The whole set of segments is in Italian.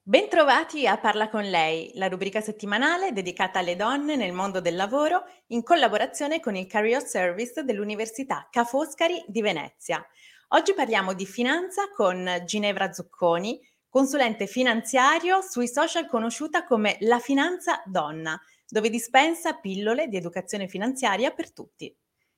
Bentrovati a Parla con lei, la rubrica settimanale dedicata alle donne nel mondo del lavoro in collaborazione con il Career Service dell'Università Ca' Foscari di Venezia. Oggi parliamo di finanza con Ginevra Zucconi, consulente finanziario sui social conosciuta come La Finanza Donna, dove dispensa pillole di educazione finanziaria per tutti.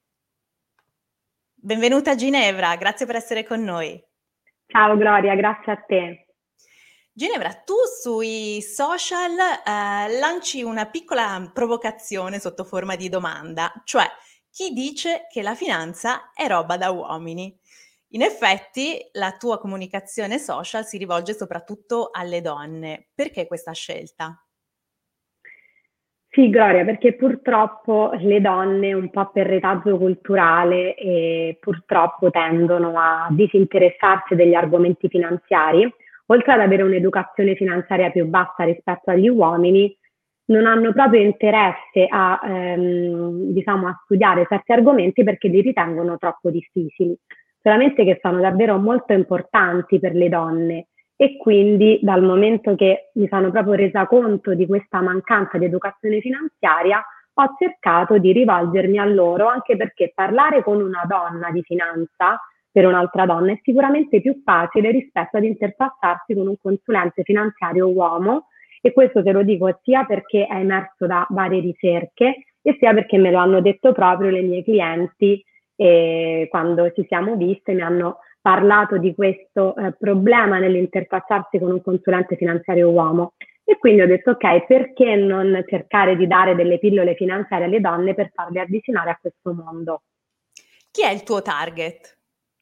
Benvenuta Ginevra, grazie per essere con noi. Ciao Gloria, grazie a te. Ginevra, tu sui social lanci una piccola provocazione sotto forma di domanda, cioè chi dice che la finanza è roba da uomini? In effetti la tua comunicazione social si rivolge soprattutto alle donne. Perché questa scelta? Sì, Gloria, perché purtroppo le donne, un po' per retaggio culturale, purtroppo tendono a disinteressarsi degli argomenti finanziari, oltre ad avere un'educazione finanziaria più bassa rispetto agli uomini, non hanno proprio interesse diciamo, a studiare certi argomenti perché li ritengono troppo difficili, solamente che sono davvero molto importanti per le donne. E quindi dal momento che mi sono proprio resa conto di questa mancanza di educazione finanziaria, ho cercato di rivolgermi a loro, anche perché parlare con una donna di finanza per un'altra donna è sicuramente più facile rispetto ad interfacciarsi con un consulente finanziario uomo, e questo te lo dico sia perché è emerso da varie ricerche e sia perché me lo hanno detto proprio le mie clienti, quando ci siamo viste mi hanno parlato di questo problema nell'interfacciarsi con un consulente finanziario uomo, e quindi ho detto ok, perché non cercare di dare delle pillole finanziarie alle donne per farle avvicinare a questo mondo. Chi è il tuo target?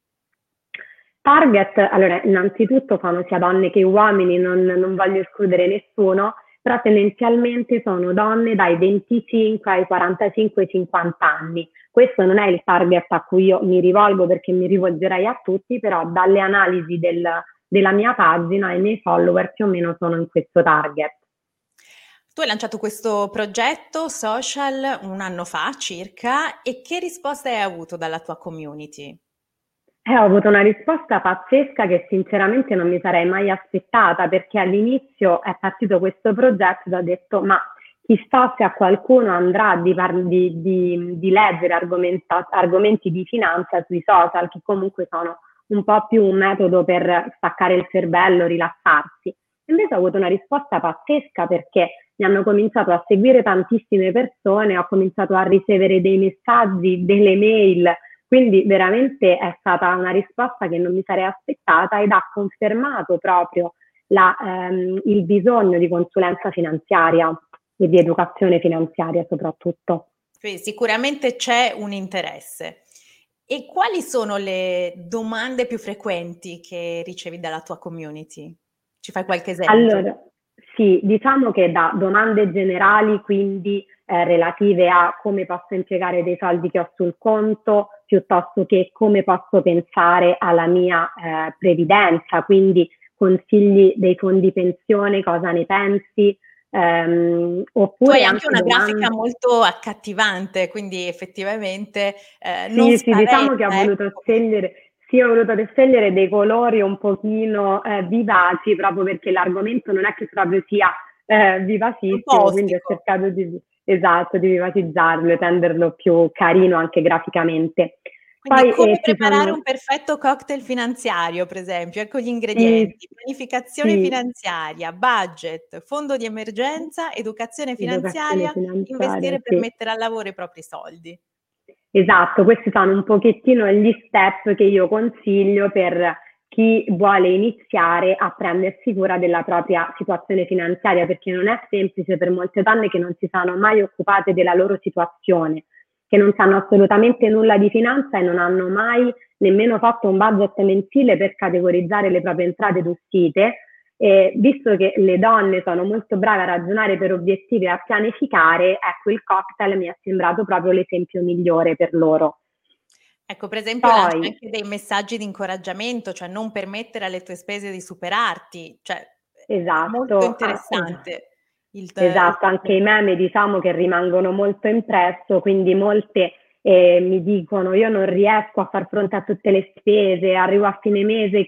Target, allora, innanzitutto sono sia donne che uomini, non voglio escludere nessuno, però tendenzialmente sono donne dai 25 ai 45-50 anni. Questo non è il target a cui io mi rivolgo, perché mi rivolgerei a tutti, però dalle analisi della mia pagina i miei follower più o meno sono in questo target. Tu hai lanciato questo progetto social un anno fa circa e che risposta hai avuto dalla tua community? Ho avuto una risposta pazzesca che sinceramente non mi sarei mai aspettata, perché all'inizio è partito questo progetto e ho detto ma chissà se a qualcuno andrà di leggere argomenti di finanza sui social, che comunque sono un po' più un metodo per staccare il cervello, rilassarsi. Invece ho avuto una risposta pazzesca, perché mi hanno cominciato a seguire tantissime persone, ho cominciato a ricevere dei messaggi, delle mail, quindi veramente è stata una risposta che non mi sarei aspettata ed ha confermato proprio il bisogno di consulenza finanziaria e di educazione finanziaria soprattutto. Quindi sicuramente c'è un interesse. E quali sono le domande più frequenti che ricevi dalla tua community? Ci fai qualche esempio? Allora, sì, diciamo che da domande generali, quindi relative a come posso impiegare dei soldi che ho sul conto, piuttosto che come posso pensare alla mia previdenza, quindi consigli dei fondi pensione, cosa ne pensi, Tu hai oppure anche anche una grafica domande. molto accattivante, quindi effettivamente non Sì, sì, diciamo che ho spaventa, voluto ecco. scegliere, sì, ho voluto scegliere dei colori un pochino vivaci, proprio perché l'argomento non è che proprio sia Un po' vivacissimo, quindi ho ostico. cercato esatto, di vivacizzarlo e renderlo più carino anche graficamente. Quindi Poi come ci preparare un sono, perfetto cocktail finanziario, per esempio, ecco gli sì, ingredienti, pianificazione sì, finanziaria, budget, fondo di emergenza, educazione educazione finanziaria, finanziaria, investire per sì. mettere al lavoro i propri soldi. Esatto, questi sono un pochettino gli step che io consiglio per chi vuole iniziare a prendersi cura della propria situazione finanziaria, perché non è semplice per molte donne che non si sono mai occupate della loro situazione, che non sanno assolutamente nulla di finanza e non hanno mai nemmeno fatto un budget mensile per categorizzare le proprie entrate ed uscite. E visto che le donne sono molto brave a ragionare per obiettivi e a pianificare, ecco, il cocktail mi è sembrato proprio l'esempio migliore per loro. Ecco, per esempio lanci Poi, anche dei messaggi di incoraggiamento, cioè non permettere alle tue spese di superarti, cioè è molto esatto, interessante il esatto, tuo anche i meme diciamo che rimangono molto impresso, quindi molte mi dicono io non riesco a far fronte a tutte le spese, arrivo a fine mese che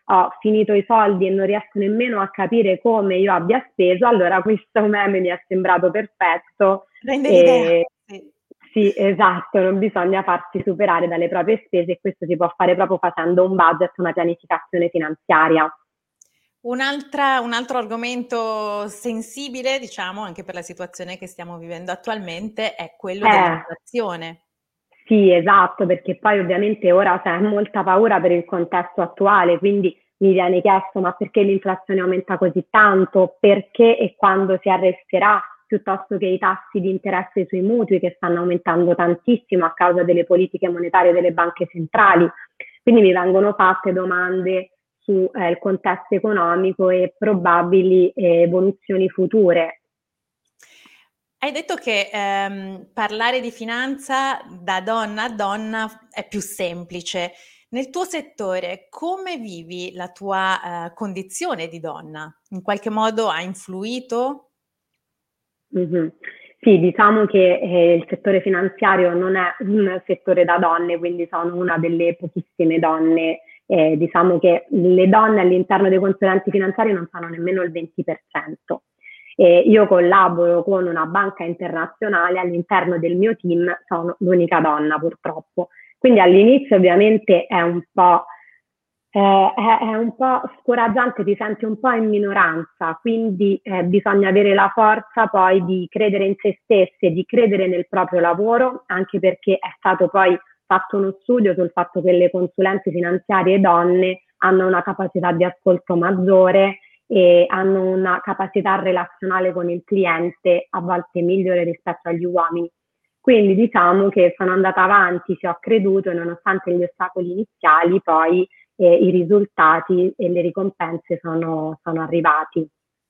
ho finito i soldi e non riesco nemmeno a capire come io abbia speso, allora questo meme mi è sembrato perfetto. Rende l'idea, E sì. sì, esatto, non bisogna farsi superare dalle proprie spese e questo si può fare proprio facendo un budget, una pianificazione finanziaria. Un altro argomento sensibile, diciamo, anche per la situazione che stiamo vivendo attualmente, è quello Eh, dell'inflazione. Sì, esatto, perché poi ovviamente ora c'è molta paura per il contesto attuale, quindi mi viene chiesto ma perché l'inflazione aumenta così tanto, perché e quando si arresterà, piuttosto che i tassi di interesse sui mutui che stanno aumentando tantissimo a causa delle politiche monetarie delle banche centrali. Quindi mi vengono fatte domande sul contesto economico e probabili evoluzioni future. Hai detto che, parlare di finanza da donna a donna è più semplice. Nel tuo settore come vivi la tua, condizione di donna? In qualche modo ha influito? Mh-mh. Sì, diciamo che, il settore finanziario non è un settore da donne, quindi sono una delle pochissime donne. Diciamo che le donne all'interno dei consulenti finanziari non fanno nemmeno il 20%. Io collaboro con una banca internazionale, all'interno del mio team sono l'unica donna purtroppo. Quindi all'inizio ovviamente è un po' scoraggiante, ti senti un po' in minoranza, quindi bisogna avere la forza poi di credere in se stesse, di credere nel proprio lavoro, anche perché è stato poi fatto uno studio sul fatto che le consulenti finanziarie donne hanno una capacità di ascolto maggiore e hanno una capacità relazionale con il cliente a volte migliore rispetto agli uomini. Quindi diciamo che sono andata avanti, ci ho creduto e nonostante gli ostacoli iniziali poi i risultati e le ricompense sono arrivati.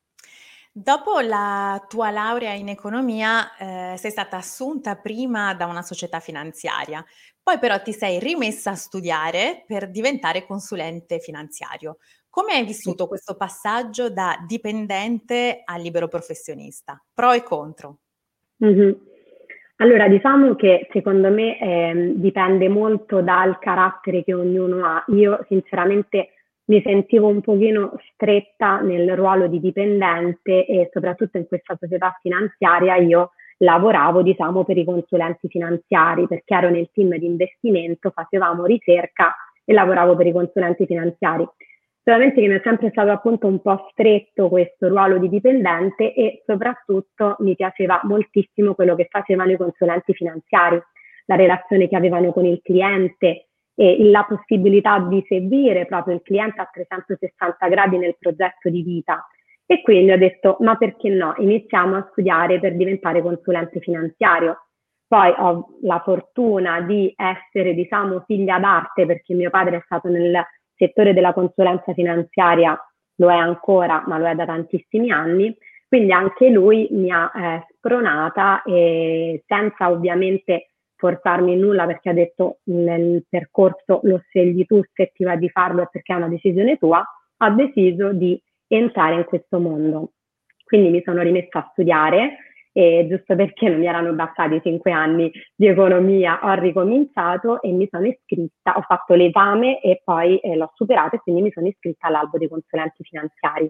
Dopo la tua laurea in economia, sei stata assunta prima da una società finanziaria, poi però ti sei rimessa a studiare per diventare consulente finanziario. Come hai Sì. vissuto questo passaggio da dipendente a libero professionista? Pro e contro. Mh-mh. Allora diciamo che secondo me, dipende molto dal carattere che ognuno ha. Io sinceramente mi sentivo un pochino stretta nel ruolo di dipendente e soprattutto in questa società finanziaria io lavoravo, diciamo, per i consulenti finanziari, perché ero nel team di investimento, facevamo ricerca e lavoravo per i consulenti finanziari. Solamente che mi è sempre stato appunto un po' stretto questo ruolo di dipendente e soprattutto mi piaceva moltissimo quello che facevano i consulenti finanziari, la relazione che avevano con il cliente e la possibilità di seguire proprio il cliente a 360 gradi nel progetto di vita. E quindi ho detto, ma perché no? Iniziamo a studiare per diventare consulente finanziario. Poi ho la fortuna di essere, diciamo, figlia d'arte perché mio padre è stato nel settore della consulenza finanziaria, lo è ancora, ma lo è da tantissimi anni, quindi anche lui mi ha spronata e senza ovviamente forzarmi in nulla perché ha detto nel percorso lo scegli tu se ti va di farlo e perché è una decisione tua, ha deciso di entrare in questo mondo. Quindi mi sono rimessa a studiare e giusto perché non mi erano bastati 5 anni di economia ho ricominciato e mi sono iscritta, ho fatto l'esame e poi l'ho superato e quindi mi sono iscritta all'albo dei consulenti finanziari.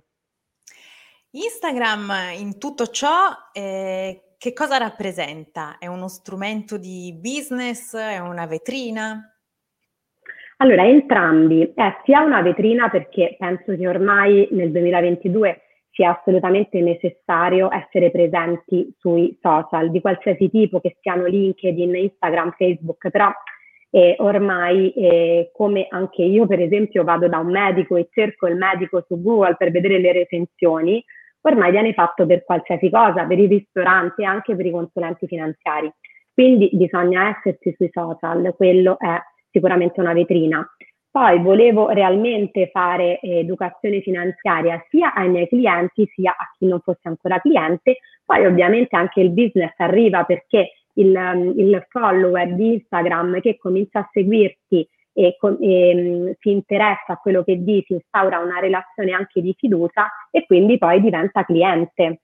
Instagram in tutto ciò, che cosa rappresenta? È uno strumento di business? È una vetrina? Allora, entrambi. È sia una vetrina perché penso che ormai nel 2022 sia assolutamente necessario essere presenti sui social di qualsiasi tipo, che siano LinkedIn, Instagram, Facebook, però ormai come anche io per esempio vado da un medico e cerco il medico su Google per vedere le recensioni, ormai viene fatto per qualsiasi cosa, per i ristoranti e anche per i consulenti finanziari. Quindi bisogna esserci sui social, quello è sicuramente una vetrina. Poi volevo realmente fare educazione finanziaria sia ai miei clienti sia a chi non fosse ancora cliente. Poi ovviamente anche il business arriva perché il follower di Instagram che comincia a seguirti e si interessa a quello che dici, instaura una relazione anche di fiducia e quindi poi diventa cliente.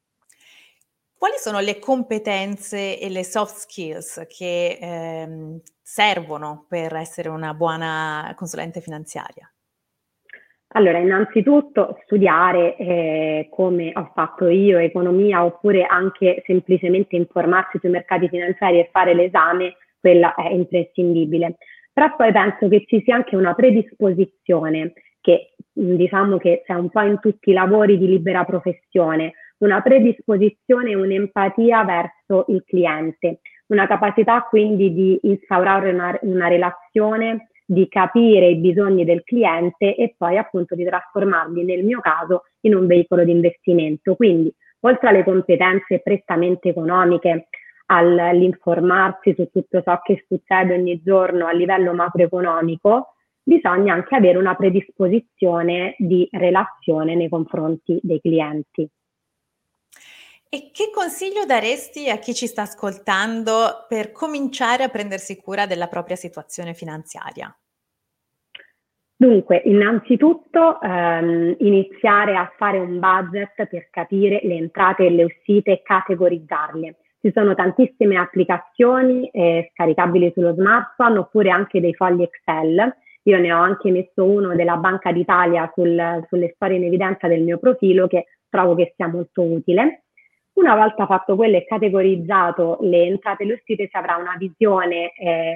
Quali sono le competenze e le soft skills che, servono per essere una buona consulente finanziaria? Allora, innanzitutto studiare, come ho fatto io, economia, oppure anche semplicemente informarsi sui mercati finanziari e fare l'esame, quella è imprescindibile. Però poi penso che ci sia anche una predisposizione che diciamo che c'è un po' in tutti i lavori di libera professione, una predisposizione e un'empatia verso il cliente, una capacità quindi di instaurare una relazione, di capire i bisogni del cliente e poi appunto di trasformarli, nel mio caso, in un veicolo di investimento. Quindi, oltre alle competenze prettamente economiche, all'informarsi su tutto ciò che succede ogni giorno a livello macroeconomico, bisogna anche avere una predisposizione di relazione nei confronti dei clienti. E che consiglio daresti a chi ci sta ascoltando per cominciare a prendersi cura della propria situazione finanziaria? Dunque, innanzitutto iniziare a fare un budget per capire le entrate e le uscite e categorizzarle. Ci sono tantissime applicazioni scaricabili sullo smartphone oppure anche dei fogli Excel. Io ne ho anche messo uno della Banca d'Italia sulle storie in evidenza del mio profilo che trovo che sia molto utile. Una volta fatto quello e categorizzato le entrate e le uscite si avrà una visione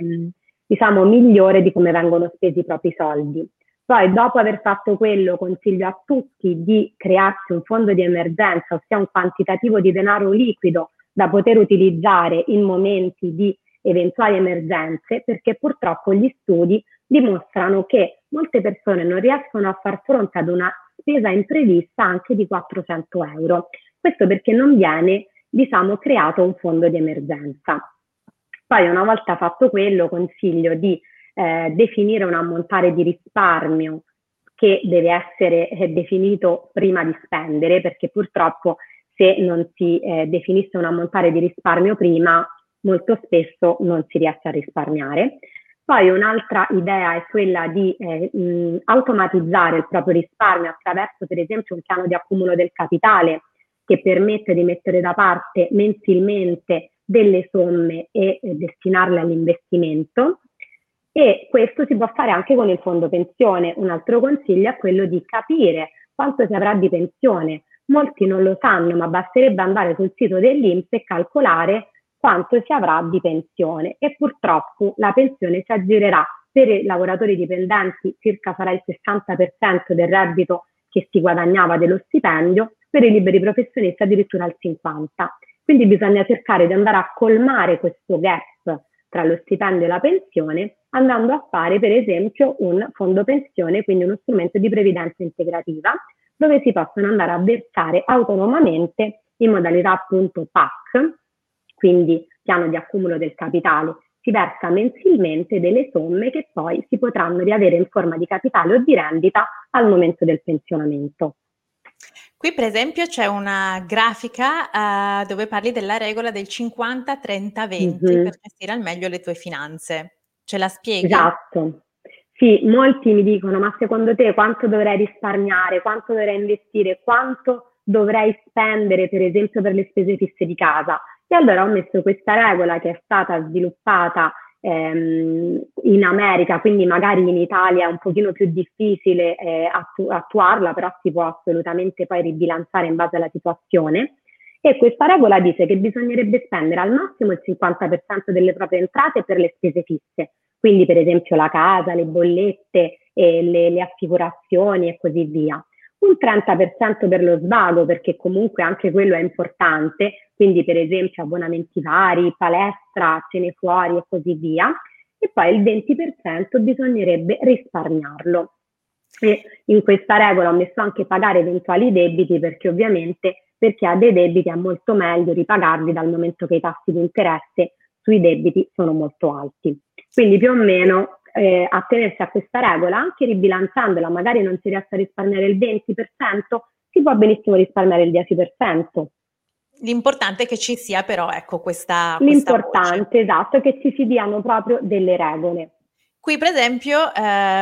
diciamo migliore di come vengono spesi i propri soldi. Poi dopo aver fatto quello consiglio a tutti di crearsi un fondo di emergenza, ossia un quantitativo di denaro liquido da poter utilizzare in momenti di eventuali emergenze, perché purtroppo gli studi dimostrano che molte persone non riescono a far fronte ad una spesa imprevista anche di 400 euro. Questo perché non viene, diciamo, creato un fondo di emergenza. Poi una volta fatto quello consiglio di definire un ammontare di risparmio che deve essere definito prima di spendere, perché purtroppo se non si definisse un ammontare di risparmio prima, molto spesso non si riesce a risparmiare. Poi un'altra idea è quella di automatizzare il proprio risparmio attraverso per esempio un piano di accumulo del capitale che permette di mettere da parte mensilmente delle somme e destinarle all'investimento. E questo si può fare anche con il fondo pensione. Un altro consiglio è quello di capire quanto si avrà di pensione. Molti non lo sanno, ma basterebbe andare sul sito dell'INPS e calcolare quanto si avrà di pensione. E purtroppo la pensione si aggirerà per i lavoratori dipendenti, circa sarà il 60% del reddito che si guadagnava dello stipendio, per i liberi professionisti addirittura il 50%. Quindi bisogna cercare di andare a colmare questo gap tra lo stipendio e la pensione, andando a fare per esempio un fondo pensione, quindi uno strumento di previdenza integrativa, dove si possono andare a versare autonomamente in modalità appunto PAC, quindi piano di accumulo del capitale, si versa mensilmente delle somme che poi si potranno riavere in forma di capitale o di rendita al momento del pensionamento. Qui per esempio c'è una grafica dove parli della regola del 50-30-20 Mm-hmm. per gestire al meglio le tue finanze. Ce la spieghi? Esatto. Sì, molti mi dicono, ma secondo te quanto dovrei risparmiare, quanto dovrei investire, quanto dovrei spendere per esempio per le spese fisse di casa? E allora ho messo questa regola che è stata sviluppata in America, quindi magari in Italia è un pochino più difficile attuarla, però si può assolutamente poi ribilanciare in base alla situazione. E questa regola dice che bisognerebbe spendere al massimo il 50% delle proprie entrate per le spese fisse, quindi per esempio la casa, le bollette, le assicurazioni e così via. Un 30% per lo svago, perché comunque anche quello è importante, quindi per esempio abbonamenti vari, palestra, cene fuori e così via. E poi il 20% bisognerebbe risparmiarlo. E in questa regola ho messo anche pagare eventuali debiti, perché ovviamente per chi ha dei debiti è molto meglio ripagarli dal momento che i tassi di interesse sui debiti sono molto alti. Quindi più o meno attenersi a questa regola, anche ribilanciandola, magari non si riesce a risparmiare il 20%, si può benissimo risparmiare il 10%. L'importante è che ci sia però, ecco, questa voce. L'importante, esatto, è che ci si diano proprio delle regole. Qui per esempio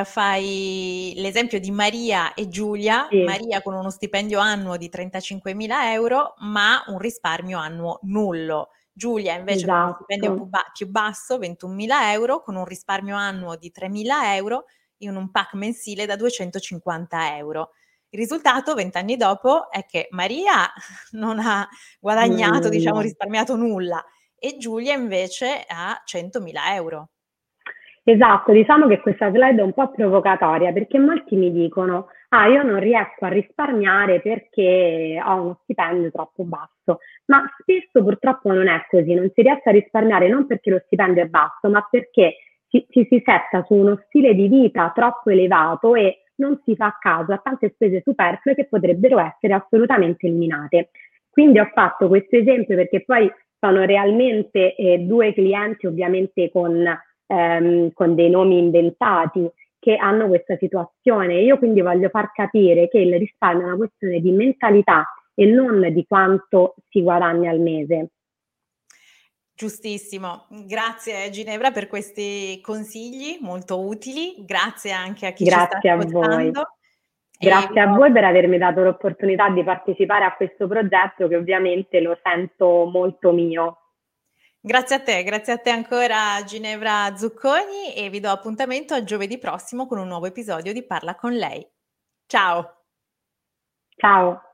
fai l'esempio di Maria e Giulia, Sì, Maria con uno stipendio annuo di 35.000 euro, ma un risparmio annuo nullo. Giulia invece con uno stipendio esatto. più basso, 21.000 euro, con un risparmio annuo di 3.000 euro in un pack mensile da 250 €. Il risultato, 20 anni dopo, è che Maria non ha guadagnato, diciamo, No. risparmiato nulla e Giulia invece ha 100.000 €. Esatto, diciamo che questa slide è un po' provocatoria perché molti mi dicono: "Ah, io non riesco a risparmiare perché ho uno stipendio troppo basso", ma spesso purtroppo non è così, non si riesce a risparmiare non perché lo stipendio è basso, ma perché ci si setta su uno stile di vita troppo elevato e non si fa caso a tante spese superflue che potrebbero essere assolutamente eliminate. Quindi ho fatto questo esempio perché poi sono realmente 2 clienti ovviamente con dei nomi inventati che hanno questa situazione. Io quindi voglio far capire che il risparmio è una questione di mentalità e non di quanto si guadagna al mese. Giustissimo. Grazie Ginevra per questi consigli molto utili, grazie anche a chi ci sta Grazie a voi. ascoltando e vi Grazie a do voi per avermi dato l'opportunità di partecipare a questo progetto che ovviamente lo sento molto mio. grazie a te ancora Ginevra Zucconi e vi do appuntamento a giovedì prossimo con un nuovo episodio di Parla con lei. Ciao. Ciao.